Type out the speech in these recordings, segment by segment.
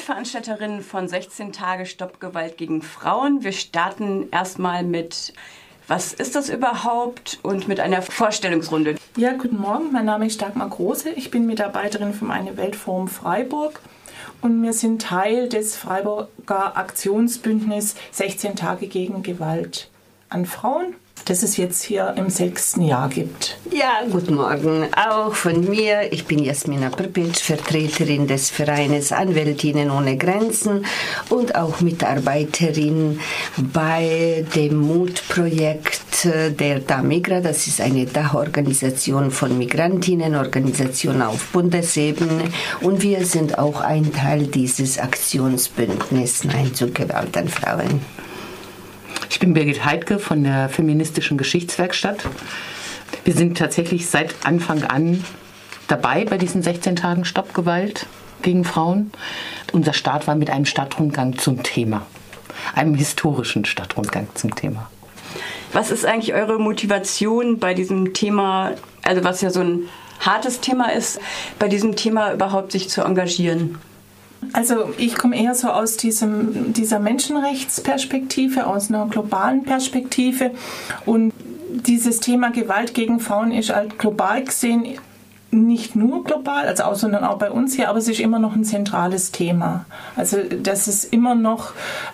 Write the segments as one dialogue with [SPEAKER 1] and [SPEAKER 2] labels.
[SPEAKER 1] Mitveranstalterin von 16 Tage Stopp Gewalt gegen Frauen. Wir starten erstmal mit, was ist das überhaupt, und mit einer Vorstellungsrunde.
[SPEAKER 2] Ja, guten Morgen, mein Name ist Dagmar Große. Ich bin Mitarbeiterin vom Eine Weltforum Freiburg und wir sind Teil des Freiburger Aktionsbündnis 16 Tage gegen Gewalt an Frauen, das es jetzt hier im 6. Jahr gibt.
[SPEAKER 3] Ja, guten Morgen. Auch von mir. Ich bin Jasmina Prpic, Vertreterin des Vereines Anwältinnen ohne Grenzen und auch Mitarbeiterin bei dem Mutprojekt der DAMIGRA. Das ist eine Dachorganisation von Migrantinnenorganisationen auf Bundesebene und wir sind auch ein Teil dieses Aktionsbündnisses Nein zu Gewalt an Frauen.
[SPEAKER 4] Ich bin Birgit Heidke von der Feministischen Geschichtswerkstatt. Wir sind tatsächlich seit Anfang an dabei bei diesen 16 Tagen Stopp Gewalt gegen Frauen. Unser Start war mit einem Stadtrundgang zum Thema, einem historischen Stadtrundgang zum Thema.
[SPEAKER 1] Was ist eigentlich eure Motivation bei diesem Thema, also was ja so ein hartes Thema ist, bei diesem Thema überhaupt sich zu engagieren?
[SPEAKER 2] Also ich komme eher so aus dieser Menschenrechtsperspektive, aus einer globalen Perspektive, und dieses Thema Gewalt gegen Frauen ist halt global gesehen nicht nur global, also auch, sondern auch bei uns hier, aber es ist immer noch ein zentrales Thema. Also dass es immer noch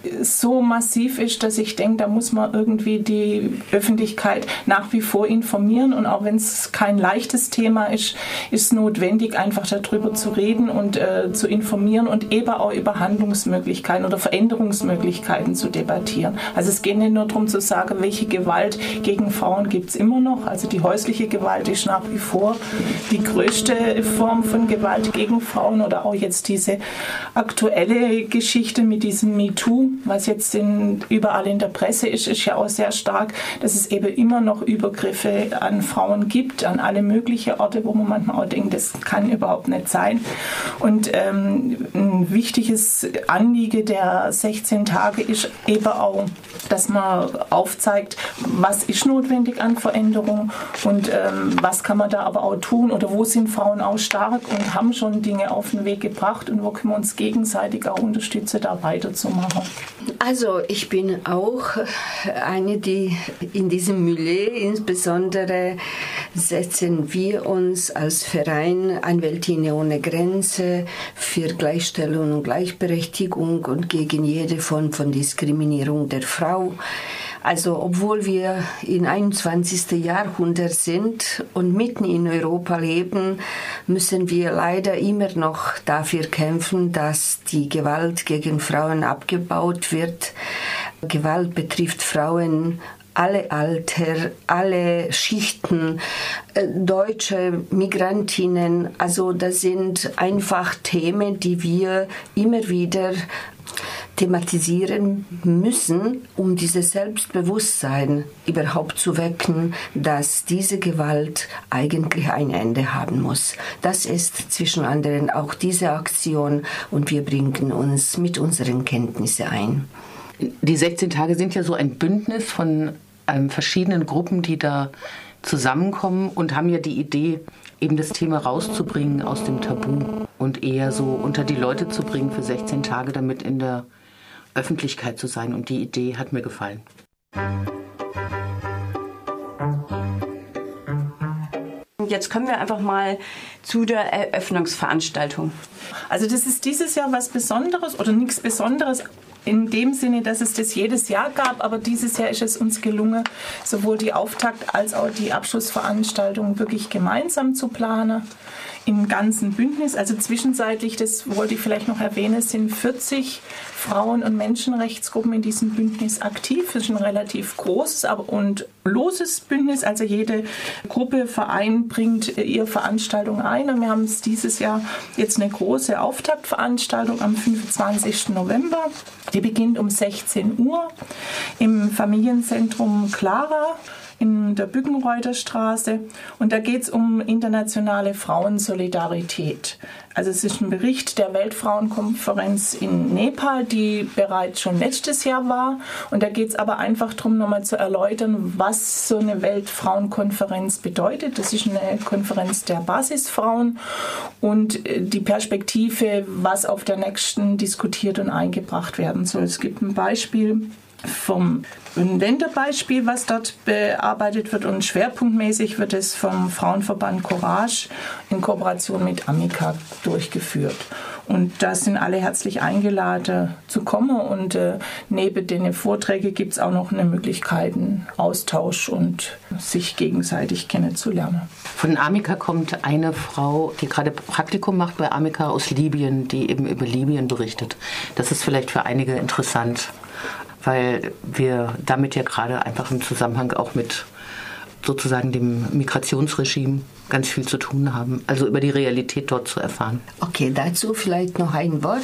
[SPEAKER 2] so massiv ist, dass ich denke, da muss man irgendwie die Öffentlichkeit nach wie vor informieren, und auch wenn es kein leichtes Thema ist, ist es notwendig, einfach darüber zu reden und zu informieren und eben auch über Handlungsmöglichkeiten oder Veränderungsmöglichkeiten zu debattieren. Also es geht nicht nur darum zu sagen, welche Gewalt gegen Frauen gibt es immer noch, also die häusliche Gewalt ist nach wie vor die größte Form von Gewalt gegen Frauen, oder auch jetzt diese aktuelle Geschichte mit diesem MeToo, was jetzt überall in der Presse ist ja auch sehr stark, dass es eben immer noch Übergriffe an Frauen gibt, an alle möglichen Orte, wo man manchmal auch denkt, das kann überhaupt nicht sein. Und ein wichtiges Anliegen der 16 Tage ist eben auch, dass man aufzeigt, was ist notwendig an Veränderung und was kann man da aber auch tun, oder wo sind Frauen auch stark und haben schon Dinge auf den Weg gebracht, und wo können wir uns gegenseitig auch unterstützen, da weiterzumachen.
[SPEAKER 3] Also ich bin auch eine, die in diesem Milieu, insbesondere setzen wir uns als Verein Anwältinnen ohne Grenze für Gleichstellung und Gleichberechtigung und gegen jede Form von Diskriminierung der Frau. Also obwohl wir im 21. Jahrhundert sind und mitten in Europa leben, müssen wir leider immer noch dafür kämpfen, dass die Gewalt gegen Frauen abgebaut wird. Gewalt betrifft Frauen alle Alter, alle Schichten, deutsche Migrantinnen. Also das sind einfach Themen, die wir immer wieder thematisieren müssen, um dieses Selbstbewusstsein überhaupt zu wecken, dass diese Gewalt eigentlich ein Ende haben muss. Das ist zwischen anderem auch diese Aktion, und wir bringen uns mit unseren Kenntnissen ein.
[SPEAKER 4] Die 16 Tage sind ja so ein Bündnis von verschiedenen Gruppen, die da zusammenkommen und haben ja die Idee, eben das Thema rauszubringen aus dem Tabu und eher so unter die Leute zu bringen für 16 Tage, damit in der Öffentlichkeit zu sein. Und die Idee hat mir gefallen.
[SPEAKER 1] Jetzt kommen wir einfach mal zu der Eröffnungsveranstaltung.
[SPEAKER 2] Also das ist dieses Jahr was Besonderes oder nichts Besonderes in dem Sinne, dass es das jedes Jahr gab, aber dieses Jahr ist es uns gelungen, sowohl die Auftakt- als auch die Abschlussveranstaltung wirklich gemeinsam zu planen. Im ganzen Bündnis, also zwischenzeitlich, das wollte ich vielleicht noch erwähnen, sind 40 Frauen- und Menschenrechtsgruppen in diesem Bündnis aktiv. Das ist ein relativ großes und loses Bündnis, also jede Gruppe, Verein bringt ihre Veranstaltung ein, und wir haben dieses Jahr jetzt eine große Auftaktveranstaltung am 25. November. Die beginnt um 16 Uhr im Familienzentrum Clara in der Bückenreuther Straße. Und da geht es um internationale Frauensolidarität. Also es ist ein Bericht der Weltfrauenkonferenz in Nepal, die bereits schon letztes Jahr war. Und da geht es aber einfach darum, nochmal zu erläutern, was so eine Weltfrauenkonferenz bedeutet. Das ist eine Konferenz der Basisfrauen und die Perspektive, was auf der nächsten diskutiert und eingebracht werden soll. Es gibt ein Beispiel ein Länderbeispiel, was dort bearbeitet wird, und schwerpunktmäßig wird es vom Frauenverband Courage in Kooperation mit Amica durchgeführt. Und da sind alle herzlich eingeladen zu kommen, und neben den Vorträgen gibt es auch noch eine Möglichkeit, einen Austausch und sich gegenseitig kennenzulernen.
[SPEAKER 4] Von Amica kommt eine Frau, die gerade Praktikum macht bei Amica aus Libyen, die eben über Libyen berichtet. Das ist vielleicht für einige interessant, weil wir damit ja gerade einfach im Zusammenhang auch mit sozusagen dem Migrationsregime ganz viel zu tun haben, also über die Realität dort zu erfahren.
[SPEAKER 3] Okay, dazu vielleicht noch ein Wort.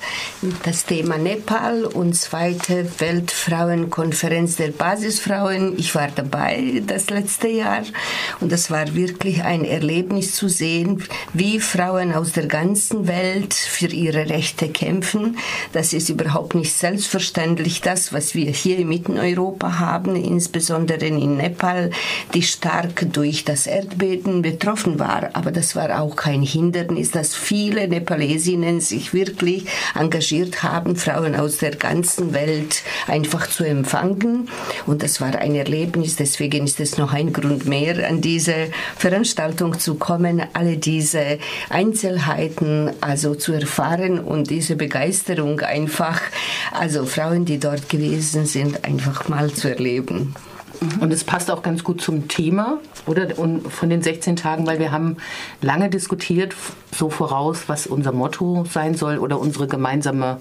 [SPEAKER 3] Das Thema Nepal und zweite Weltfrauenkonferenz der Basisfrauen. Ich war dabei das letzte Jahr und das war wirklich ein Erlebnis zu sehen, wie Frauen aus der ganzen Welt für ihre Rechte kämpfen. Das ist überhaupt nicht selbstverständlich, das, was wir hier in Mitteleuropa haben, insbesondere in Nepal, die stark durch das Erdbeben betroffen war. Aber das war auch kein Hindernis, dass viele Nepalesinnen sich wirklich engagiert haben, Frauen aus der ganzen Welt einfach zu empfangen. Und das war ein Erlebnis. Deswegen ist es noch ein Grund mehr, an diese Veranstaltung zu kommen, alle diese Einzelheiten also zu erfahren und diese Begeisterung einfach, also Frauen, die dort gewesen sind, einfach mal zu erleben.
[SPEAKER 4] Und es passt auch ganz gut zum Thema, oder? Und von den 16 Tagen, weil wir haben lange diskutiert, so voraus, was unser Motto sein soll oder unsere gemeinsame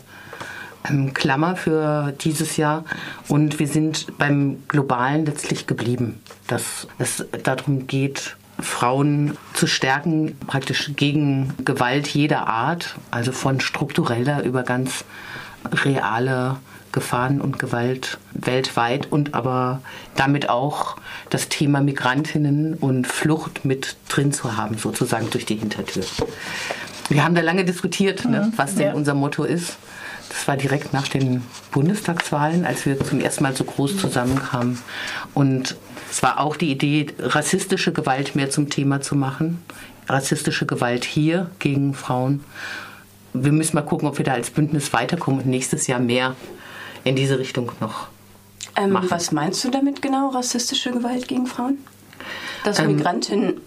[SPEAKER 4] Klammer für dieses Jahr. Und wir sind beim Globalen letztlich geblieben, dass es darum geht, Frauen zu stärken, praktisch gegen Gewalt jeder Art, also von struktureller über ganz reale Gefahren und Gewalt weltweit, und aber damit auch das Thema Migrantinnen und Flucht mit drin zu haben, sozusagen durch die Hintertür. Wir haben da lange diskutiert, was denn unser Motto ist. Das war direkt nach den Bundestagswahlen, als wir zum ersten Mal so groß zusammenkamen. Und es war auch die Idee, rassistische Gewalt mehr zum Thema zu machen. Rassistische Gewalt hier gegen Frauen. Wir müssen mal gucken, ob wir da als Bündnis weiterkommen und nächstes Jahr mehr in diese Richtung noch machen.
[SPEAKER 1] Was meinst du damit genau, rassistische Gewalt gegen Frauen? Dass Migrantinnen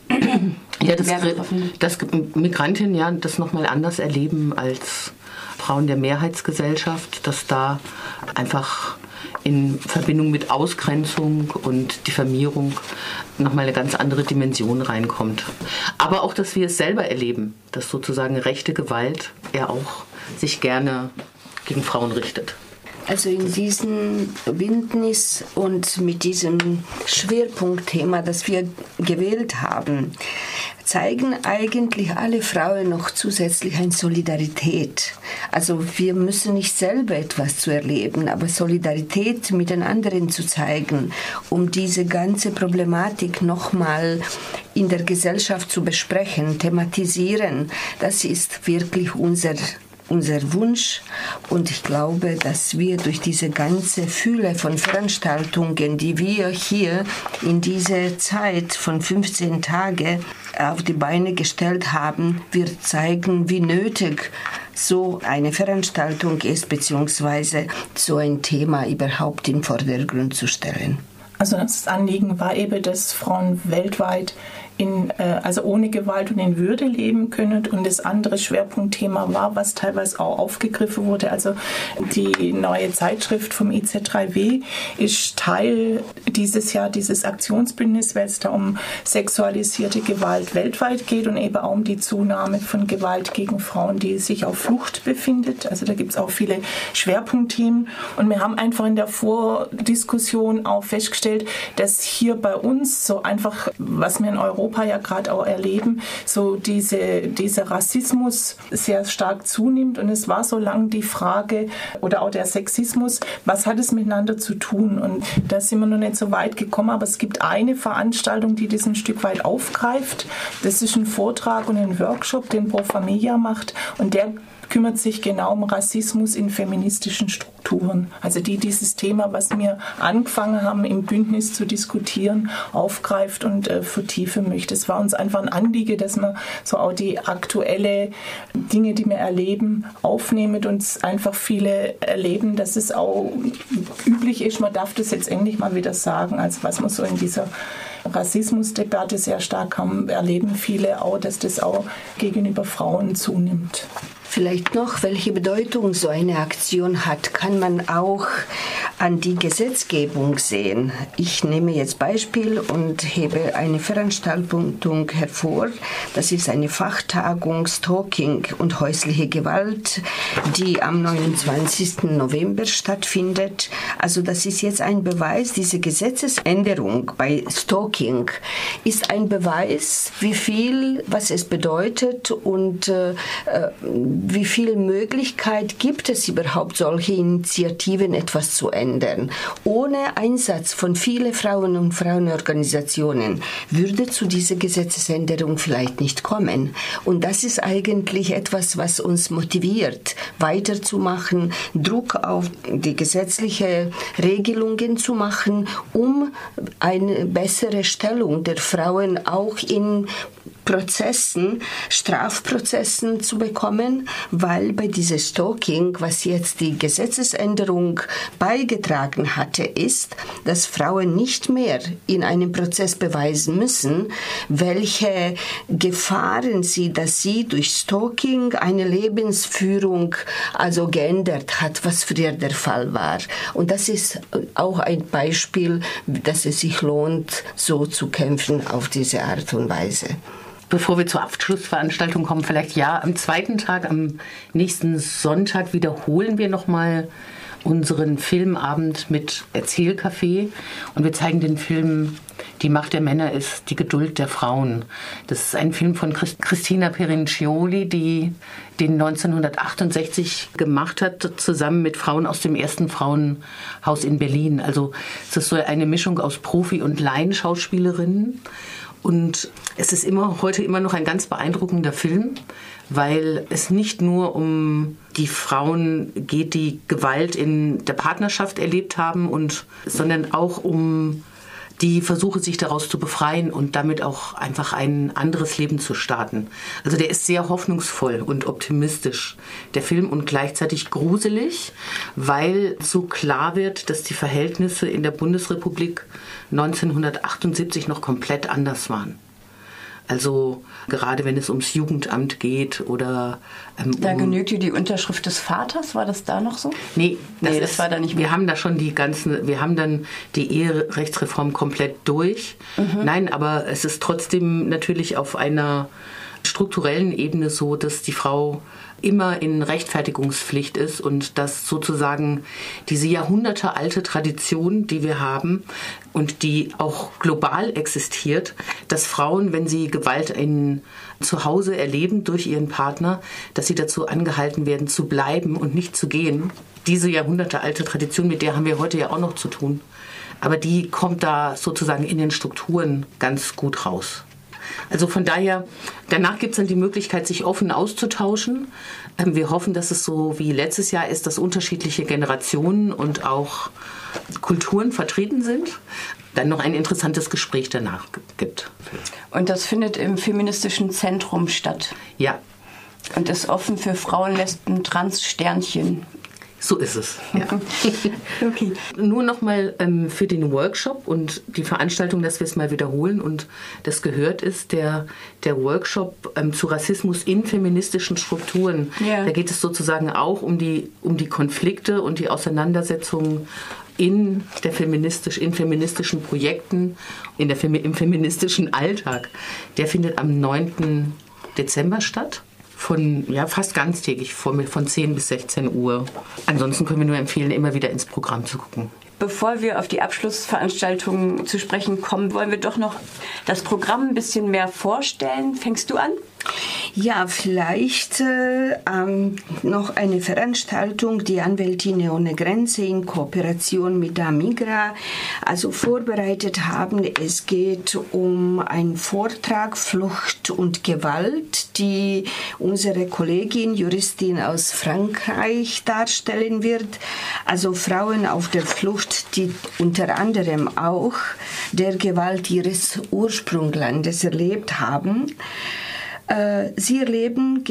[SPEAKER 4] dass Migrantinnen ja das nochmal anders erleben als Frauen der Mehrheitsgesellschaft, dass da einfach in Verbindung mit Ausgrenzung und Diffamierung nochmal eine ganz andere Dimension reinkommt. Aber auch, dass wir es selber erleben, dass sozusagen rechte Gewalt ja auch sich gerne gegen Frauen richtet.
[SPEAKER 3] Also in diesem Bündnis und mit diesem Schwerpunktthema, das wir gewählt haben, zeigen eigentlich alle Frauen noch zusätzlich eine Solidarität. Also wir müssen nicht selber etwas zu erleben, aber Solidarität mit den anderen zu zeigen, um diese ganze Problematik nochmal in der Gesellschaft zu besprechen, thematisieren, das ist wirklich unser Wunsch, und ich glaube, dass wir durch diese ganze Fülle von Veranstaltungen, die wir hier in dieser Zeit von 15 Tagen auf die Beine gestellt haben, wir zeigen, wie nötig so eine Veranstaltung ist, beziehungsweise so ein Thema überhaupt in den Vordergrund zu stellen.
[SPEAKER 2] Also das Anliegen war eben, dass Frauen weltweit also ohne Gewalt und in Würde leben können. Und das andere Schwerpunktthema war, was teilweise auch aufgegriffen wurde, also die neue Zeitschrift vom IZ3W ist Teil dieses Jahr dieses Aktionsbündnisses, weil es da um sexualisierte Gewalt weltweit geht und eben auch um die Zunahme von Gewalt gegen Frauen, die sich auf Flucht befindet. Also da gibt es auch viele Schwerpunktthemen. Und wir haben einfach in der Vordiskussion auch festgestellt, dass hier bei uns so einfach, was wir in Europa Europa ja gerade auch erleben, so dieser Rassismus sehr stark zunimmt. Und es war so lange die Frage, oder auch der Sexismus, was hat es miteinander zu tun? Und da sind wir noch nicht so weit gekommen, aber es gibt eine Veranstaltung, die das ein Stück weit aufgreift. Das ist ein Vortrag und ein Workshop, den Pro Familia macht, und der kümmert sich genau um Rassismus in feministischen Strukturen. Also die dieses Thema, was wir angefangen haben, im Bündnis zu diskutieren, aufgreift und vertiefen möchte. Es war uns einfach ein Anliegen, dass man so auch die aktuelle Dinge, die wir erleben, aufnehmen und einfach viele erleben, dass es auch üblich ist, man darf das jetzt endlich mal wieder sagen, als was man so in dieser Rassismusdebatte sehr stark haben, erleben viele auch, dass das auch gegenüber Frauen zunimmt.
[SPEAKER 3] Vielleicht noch, welche Bedeutung so eine Aktion hat, kann man auch an die Gesetzgebung sehen. Ich nehme jetzt Beispiel und hebe eine Veranstaltung hervor. Das ist eine Fachtagung Stalking und häusliche Gewalt, die am 29. November stattfindet. Also das ist jetzt ein Beweis, diese Gesetzesänderung bei Stalking ist ein Beweis, wie viel, was es bedeutet und wie viel Möglichkeit gibt es überhaupt, solche Initiativen etwas zu ändern. Ohne Einsatz von vielen Frauen und Frauenorganisationen würde zu dieser Gesetzesänderung vielleicht nicht kommen. Und das ist eigentlich etwas, was uns motiviert, weiterzumachen, Druck auf die gesetzlichen Regelungen zu machen, um eine bessere Stellung der Frauen auch in Prozessen, Strafprozessen zu bekommen, weil bei dieser Stalking, was jetzt die Gesetzesänderung beigetragen hatte, ist, dass Frauen nicht mehr in einem Prozess beweisen müssen, welche Gefahren sie, dass sie durch Stalking eine Lebensführung also geändert hat, was früher der Fall war. Und das ist auch ein Beispiel, dass es sich lohnt, so zu kämpfen auf diese Art und Weise.
[SPEAKER 4] Bevor wir zur Abschlussveranstaltung kommen, vielleicht am zweiten Tag, am nächsten Sonntag wiederholen wir nochmal unseren Filmabend mit Erzählcafé und wir zeigen den Film Die Macht der Männer ist die Geduld der Frauen. Das ist ein Film von Cristina Perincioli, die den 1968 gemacht hat, zusammen mit Frauen aus dem ersten Frauenhaus in Berlin. Also es ist so eine Mischung aus Profi- und Laienschauspielerinnen. Und es ist heute immer noch ein ganz beeindruckender Film, weil es nicht nur um die Frauen geht, die Gewalt in der Partnerschaft erlebt haben, sondern auch um die Versuche, sich daraus zu befreien und damit auch einfach ein anderes Leben zu starten. Also der ist sehr hoffnungsvoll und optimistisch, der Film, und gleichzeitig gruselig, weil so klar wird, dass die Verhältnisse in der Bundesrepublik 1978 noch komplett anders waren. Also gerade wenn es ums Jugendamt geht oder...
[SPEAKER 1] da genügte die Unterschrift des Vaters, war das da noch so?
[SPEAKER 4] Nee,
[SPEAKER 1] das war da nicht mehr.
[SPEAKER 4] Wir haben da schon wir haben dann die Eherechtsreform komplett durch. Mhm. Nein, aber es ist trotzdem natürlich auf einer strukturellen Ebene so, dass die Frau immer in Rechtfertigungspflicht ist und dass sozusagen diese jahrhundertealte Tradition, die wir haben und die auch global existiert, dass Frauen, wenn sie Gewalt zu Hause erleben durch ihren Partner, dass sie dazu angehalten werden, zu bleiben und nicht zu gehen. Diese jahrhundertealte Tradition, mit der haben wir heute ja auch noch zu tun. Aber die kommt da sozusagen in den Strukturen ganz gut raus. Also von daher, danach gibt es dann die Möglichkeit, sich offen auszutauschen. Wir hoffen, dass es so wie letztes Jahr ist, dass unterschiedliche Generationen und auch Kulturen vertreten sind. Dann noch ein interessantes Gespräch danach gibt.
[SPEAKER 1] Und das findet im Feministischen Zentrum statt?
[SPEAKER 4] Ja.
[SPEAKER 1] Und ist offen für Frauen, Lesben, Trans, Sternchen?
[SPEAKER 4] So ist es, ja.
[SPEAKER 1] Okay.
[SPEAKER 4] Nur noch mal für den Workshop und die Veranstaltung, dass wir es mal wiederholen und das gehört ist, der Workshop zu Rassismus in feministischen Strukturen. Ja. Da geht es sozusagen auch um die Konflikte und die Auseinandersetzungen in feministischen Projekten, im feministischen Alltag. Der findet am 9. Dezember statt. Fast ganztägig, von 10 bis 16 Uhr. Ansonsten können wir nur empfehlen, immer wieder ins Programm zu gucken.
[SPEAKER 1] Bevor wir auf die Abschlussveranstaltung zu sprechen kommen, wollen wir doch noch das Programm ein bisschen mehr vorstellen. Fängst du an?
[SPEAKER 3] Ja, vielleicht noch eine Veranstaltung, die Anwältinnen ohne Grenze in Kooperation mit Amigra vorbereitet haben. Es geht um einen Vortrag Flucht und Gewalt, die unsere Kollegin, Juristin aus Frankreich darstellen wird. Also Frauen auf der Flucht, die unter anderem auch der Gewalt ihres Ursprungslandes erlebt haben. Sie erleben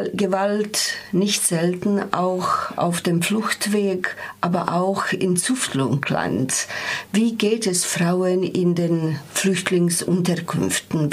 [SPEAKER 3] Gewalt nicht selten auch auf dem Fluchtweg, aber auch im Zufluchtsland. Wie geht es Frauen in den Flüchtlingsunterkünften?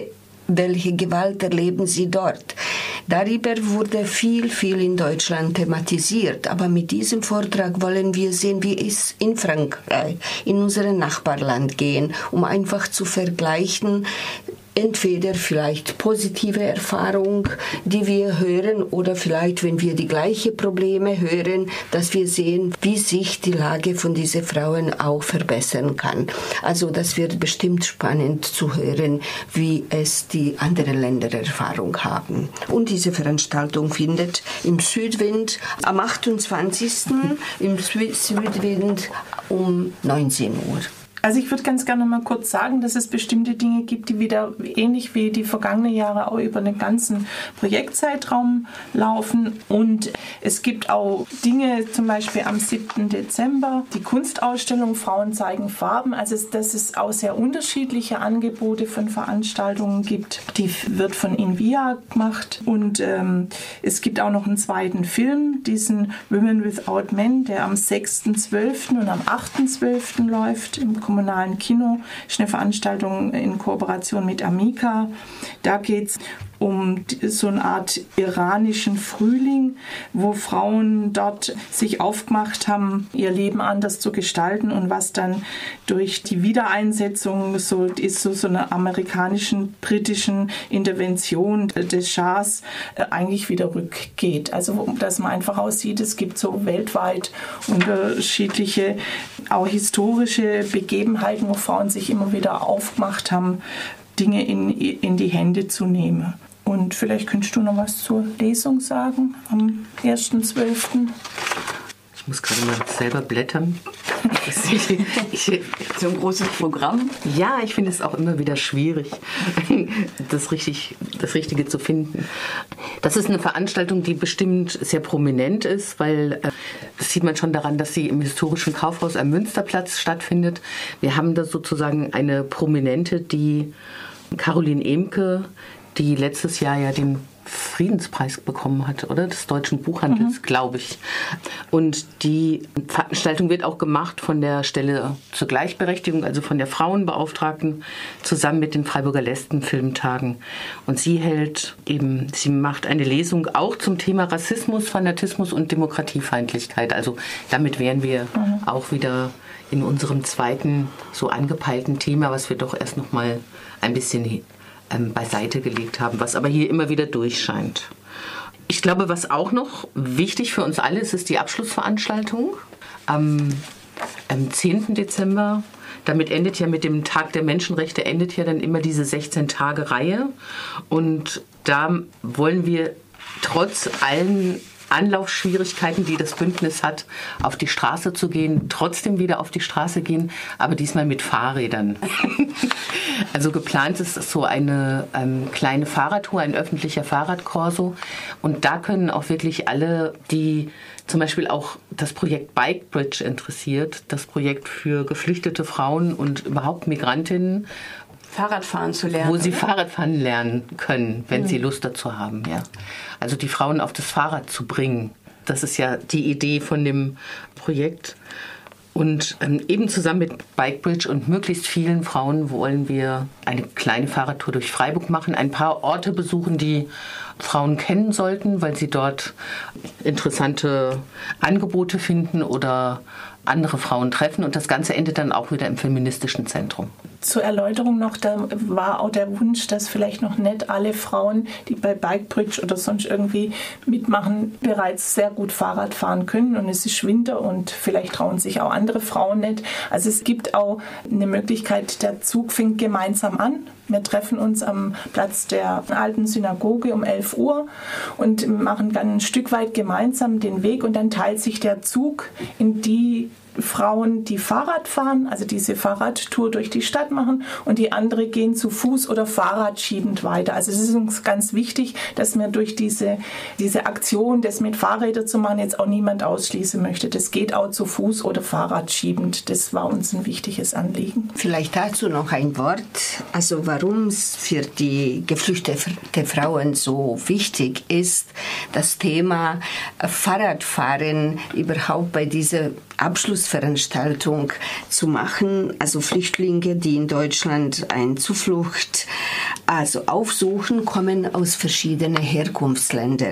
[SPEAKER 3] Welche Gewalt erleben sie dort? Darüber wurde viel in Deutschland thematisiert. Aber mit diesem Vortrag wollen wir sehen, wie es in Frankreich, in unserem Nachbarland gehen, um einfach zu vergleichen, entweder vielleicht positive Erfahrung, die wir hören, oder vielleicht, wenn wir die gleichen Probleme hören, dass wir sehen, wie sich die Lage von diesen Frauen auch verbessern kann. Also das wird bestimmt spannend zu hören, wie es die anderen Länder Erfahrung haben. Und diese Veranstaltung findet im Südwind am 28. im Südwind um 19 Uhr.
[SPEAKER 2] Also ich würde ganz gerne mal kurz sagen, dass es bestimmte Dinge gibt, die wieder ähnlich wie die vergangenen Jahre auch über den ganzen Projektzeitraum laufen. Und es gibt auch Dinge, zum Beispiel am 7. Dezember, die Kunstausstellung Frauen zeigen Farben. Also dass es auch sehr unterschiedliche Angebote von Veranstaltungen gibt. Die wird von Invia gemacht. Und es gibt auch noch einen zweiten Film, diesen Women Without Men, der am 6.12. und am 8.12. läuft im kommunalen Kino. Das ist eine Veranstaltung in Kooperation mit Amica. Da geht es um so eine Art iranischen Frühling, wo Frauen dort sich aufgemacht haben, ihr Leben anders zu gestalten und was dann durch die Wiedereinsetzung so einer amerikanischen, britischen Intervention des Schahs eigentlich wieder rückgeht. Also dass man einfach aussieht, es gibt so weltweit unterschiedliche, auch historische Begebenheiten, wo Frauen sich immer wieder aufgemacht haben, Dinge in die Hände zu nehmen. Und vielleicht könntest du noch was zur Lesung sagen am 1.12.
[SPEAKER 4] Ich muss gerade mal selber blättern.
[SPEAKER 1] So ein großes Programm.
[SPEAKER 4] Ja, ich finde es auch immer wieder schwierig, das Richtige zu finden. Das ist eine Veranstaltung, die bestimmt sehr prominent ist, weil das sieht man schon daran, dass sie im historischen Kaufhaus am Münsterplatz stattfindet. Wir haben da sozusagen eine Prominente, die Caroline Emke, die letztes Jahr ja den Friedenspreis bekommen hat, oder? Des deutschen Buchhandels, glaube ich. Und die Veranstaltung wird auch gemacht von der Stelle zur Gleichberechtigung, also von der Frauenbeauftragten, zusammen mit den Freiburger Lesbenfilmtagen. Und sie macht eine Lesung auch zum Thema Rassismus, Fanatismus und Demokratiefeindlichkeit. Also damit wären wir auch wieder in unserem zweiten so angepeilten Thema, was wir doch erst noch mal ein bisschen beiseite gelegt haben, was aber hier immer wieder durchscheint. Ich glaube, was auch noch wichtig für uns alle ist, ist die Abschlussveranstaltung am 10. Dezember. Damit endet ja mit dem Tag der Menschenrechte, endet ja dann immer diese 16-Tage-Reihe. Und da wollen wir trotz allen Anlaufschwierigkeiten, die das Bündnis hat, auf die Straße zu gehen, trotzdem wieder auf die Straße gehen, aber diesmal mit Fahrrädern. Also geplant ist so eine kleine Fahrradtour, ein öffentlicher Fahrradkorso. Und da können auch wirklich alle, die zum Beispiel auch das Projekt Bike Bridge interessiert, das Projekt für geflüchtete Frauen und überhaupt Migrantinnen,
[SPEAKER 1] Fahrradfahren zu lernen.
[SPEAKER 4] Wo sie Fahrradfahren lernen können, wenn sie Lust dazu haben. Ja. Also die Frauen auf das Fahrrad zu bringen. Das ist ja die Idee von dem Projekt. Und eben zusammen mit Bike Bridge und möglichst vielen Frauen wollen wir eine kleine Fahrradtour durch Freiburg machen, ein paar Orte besuchen, die Frauen kennen sollten, weil sie dort interessante Angebote finden oder andere Frauen treffen. Und das Ganze endet dann auch wieder im feministischen Zentrum.
[SPEAKER 2] Zur Erläuterung noch, da war auch der Wunsch, dass vielleicht noch nicht alle Frauen, die bei Bike Bridge oder sonst irgendwie mitmachen, bereits sehr gut Fahrrad fahren können. Und es ist Winter und vielleicht trauen sich auch andere Frauen nicht. Also es gibt auch eine Möglichkeit, der Zug fängt gemeinsam an. Wir treffen uns am Platz der alten Synagoge um 11 Uhr und machen dann ein Stück weit gemeinsam den Weg und dann teilt sich der Zug in die Frauen, die Fahrrad fahren, also diese Fahrradtour durch die Stadt machen und die andere gehen zu Fuß oder fahrradschiebend weiter. Also es ist uns ganz wichtig, dass wir durch diese Aktion, das mit Fahrrädern zu machen, jetzt auch niemand ausschließen möchte. Das geht auch zu Fuß oder fahrradschiebend. Das war uns ein wichtiges Anliegen.
[SPEAKER 3] Vielleicht dazu noch ein Wort, also warum es für die geflüchteten Frauen so wichtig ist, das Thema Fahrradfahren überhaupt bei dieser Abschlussveranstaltung zu machen, also Flüchtlinge, die in Deutschland eine Zuflucht aufsuchen, kommen aus verschiedenen Herkunftsländern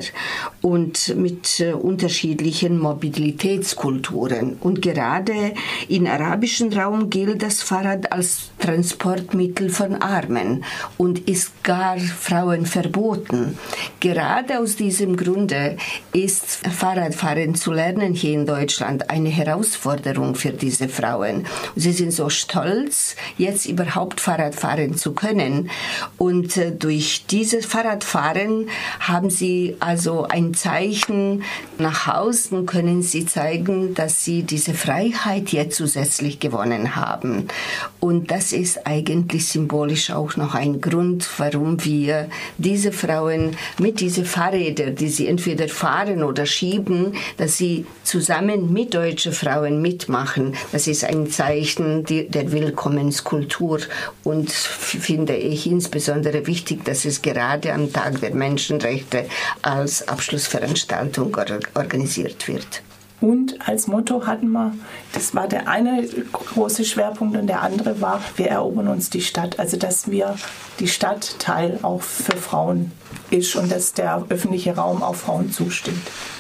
[SPEAKER 3] und mit unterschiedlichen Mobilitätskulturen. Und gerade im arabischen Raum gilt das Fahrrad als Transportmittel von Armen und ist gar Frauen verboten. Gerade aus diesem Grunde ist Fahrradfahren zu lernen hier in Deutschland eine Herausforderung für diese Frauen. Sie sind so stolz, jetzt überhaupt Fahrrad fahren zu können. Und durch dieses Fahrradfahren haben sie also ein Zeichen nach außen, können sie zeigen, dass sie diese Freiheit jetzt zusätzlich gewonnen haben. Und das ist eigentlich symbolisch auch noch ein Grund, warum wir diese Frauen mit diesen Fahrrädern, die sie entweder fahren oder schieben, dass sie zusammen mit deutschen Frauen mitmachen. Das ist ein Zeichen der Willkommenskultur und finde ich insbesondere wichtig, dass es gerade am Tag der Menschenrechte als Abschlussveranstaltung organisiert wird.
[SPEAKER 2] Und als Motto hatten wir, das war der eine große Schwerpunkt und der andere war, wir erobern uns die Stadt. Also dass wir die Stadt Teil auch für Frauen ist und dass der öffentliche Raum auch Frauen zustimmt.